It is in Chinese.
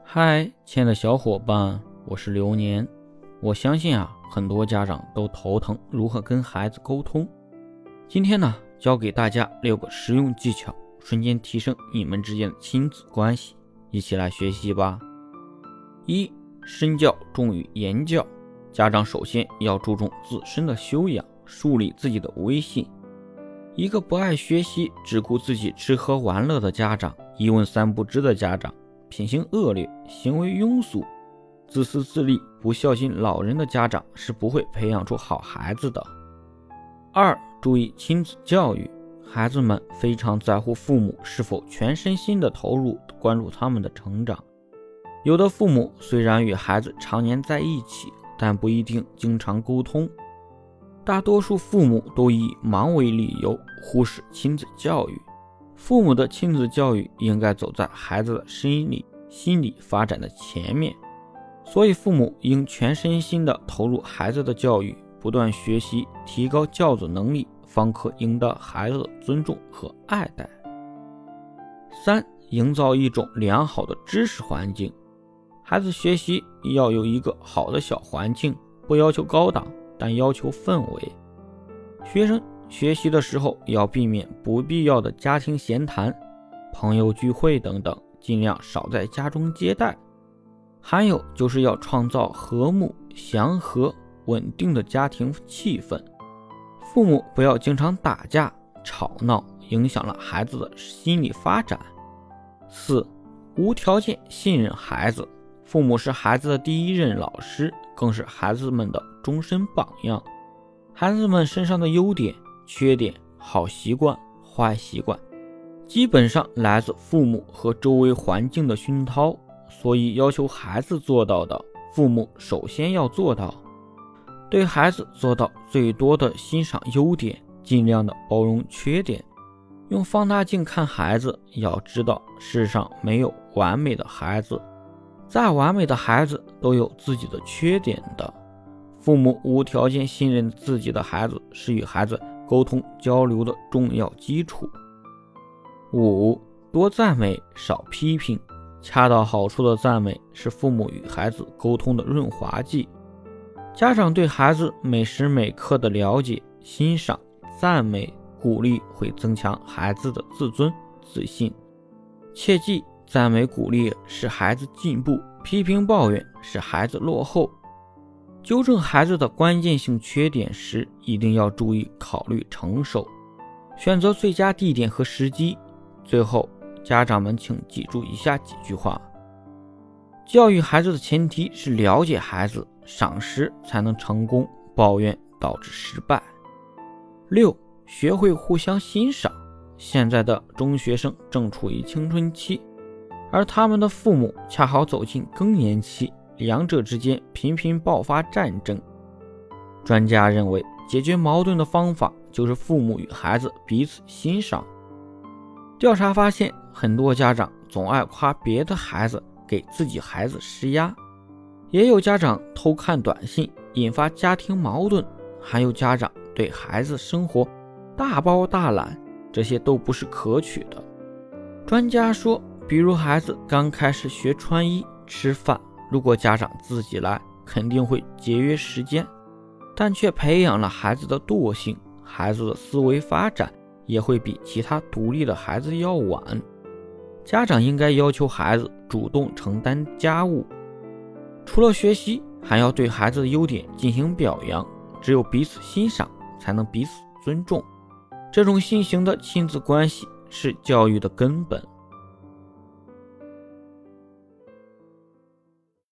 嗨，亲爱的小伙伴，我是流年。我相信很多家长都头疼如何跟孩子沟通。今天教给大家6个实用技巧，瞬间提升你们之间的亲子关系，一起来学习吧。1. 身教重于言教。家长首先要注重自身的修养，树立自己的威信。一个不爱学习，只顾自己吃喝玩乐的家长，一问三不知的家长，品行恶劣，行为庸俗，自私自利，不孝敬老人的家长是不会培养出好孩子的。2. 注意亲子教育。孩子们非常在乎父母是否全身心的投入关注他们的成长。有的父母虽然与孩子常年在一起，但不一定经常沟通。大多数父母都以忙为理由，忽视亲子教育。父母的亲子教育应该走在孩子的心理发展的前面，所以父母应全身心地投入孩子的教育，不断学习，提高教子能力，方可赢得孩子的尊重和爱戴。3. 营造一种良好的知识环境。孩子学习要有一个好的小环境，不要求高档，但要求氛围。学生学习的时候要避免不必要的家庭闲谈、朋友聚会等等，尽量少在家中接待。还有就是要创造和睦、祥和、稳定的家庭气氛。父母不要经常打架、吵闹，影响了孩子的心理发展。4. 无条件信任孩子。父母是孩子的第一任老师，更是孩子们的终身榜样。孩子们身上的优点、缺点、好习惯、坏习惯，基本上来自父母和周围环境的熏陶，所以要求孩子做到的，父母首先要做到。对孩子做到最多的欣赏优点，尽量的包容缺点。用放大镜看孩子，要知道世上没有完美的孩子，再完美的孩子都有自己的缺点的。父母无条件信任自己的孩子，是与孩子沟通交流的重要基础。5. 多赞美，少批评。恰到好处的赞美是父母与孩子沟通的润滑剂。家长对孩子每时每刻的了解、欣赏、赞美、鼓励会增强孩子的自尊、自信。切记，赞美鼓励使孩子进步，批评抱怨使孩子落后。纠正孩子的关键性缺点时，一定要注意考虑成熟，选择最佳地点和时机。最后，家长们请记住以下几句话：教育孩子的前提是了解孩子，赏识才能成功，抱怨导致失败。6. 学会互相欣赏。现在的中学生正处于青春期，而他们的父母恰好走进更年期，两者之间频频爆发战争。专家认为，解决矛盾的方法就是父母与孩子彼此欣赏。调查发现，很多家长总爱夸别的孩子，给自己孩子施压，也有家长偷看短信，引发家庭矛盾，还有家长对孩子生活大包大揽，这些都不是可取的。专家说，比如孩子刚开始学穿衣、吃饭，如果家长自己来，肯定会节约时间，但却培养了孩子的惰性，孩子的思维发展也会比其他独立的孩子要晚。家长应该要求孩子主动承担家务，除了学习，还要对孩子的优点进行表扬，只有彼此欣赏，才能彼此尊重。这种新型的亲子关系是教育的根本。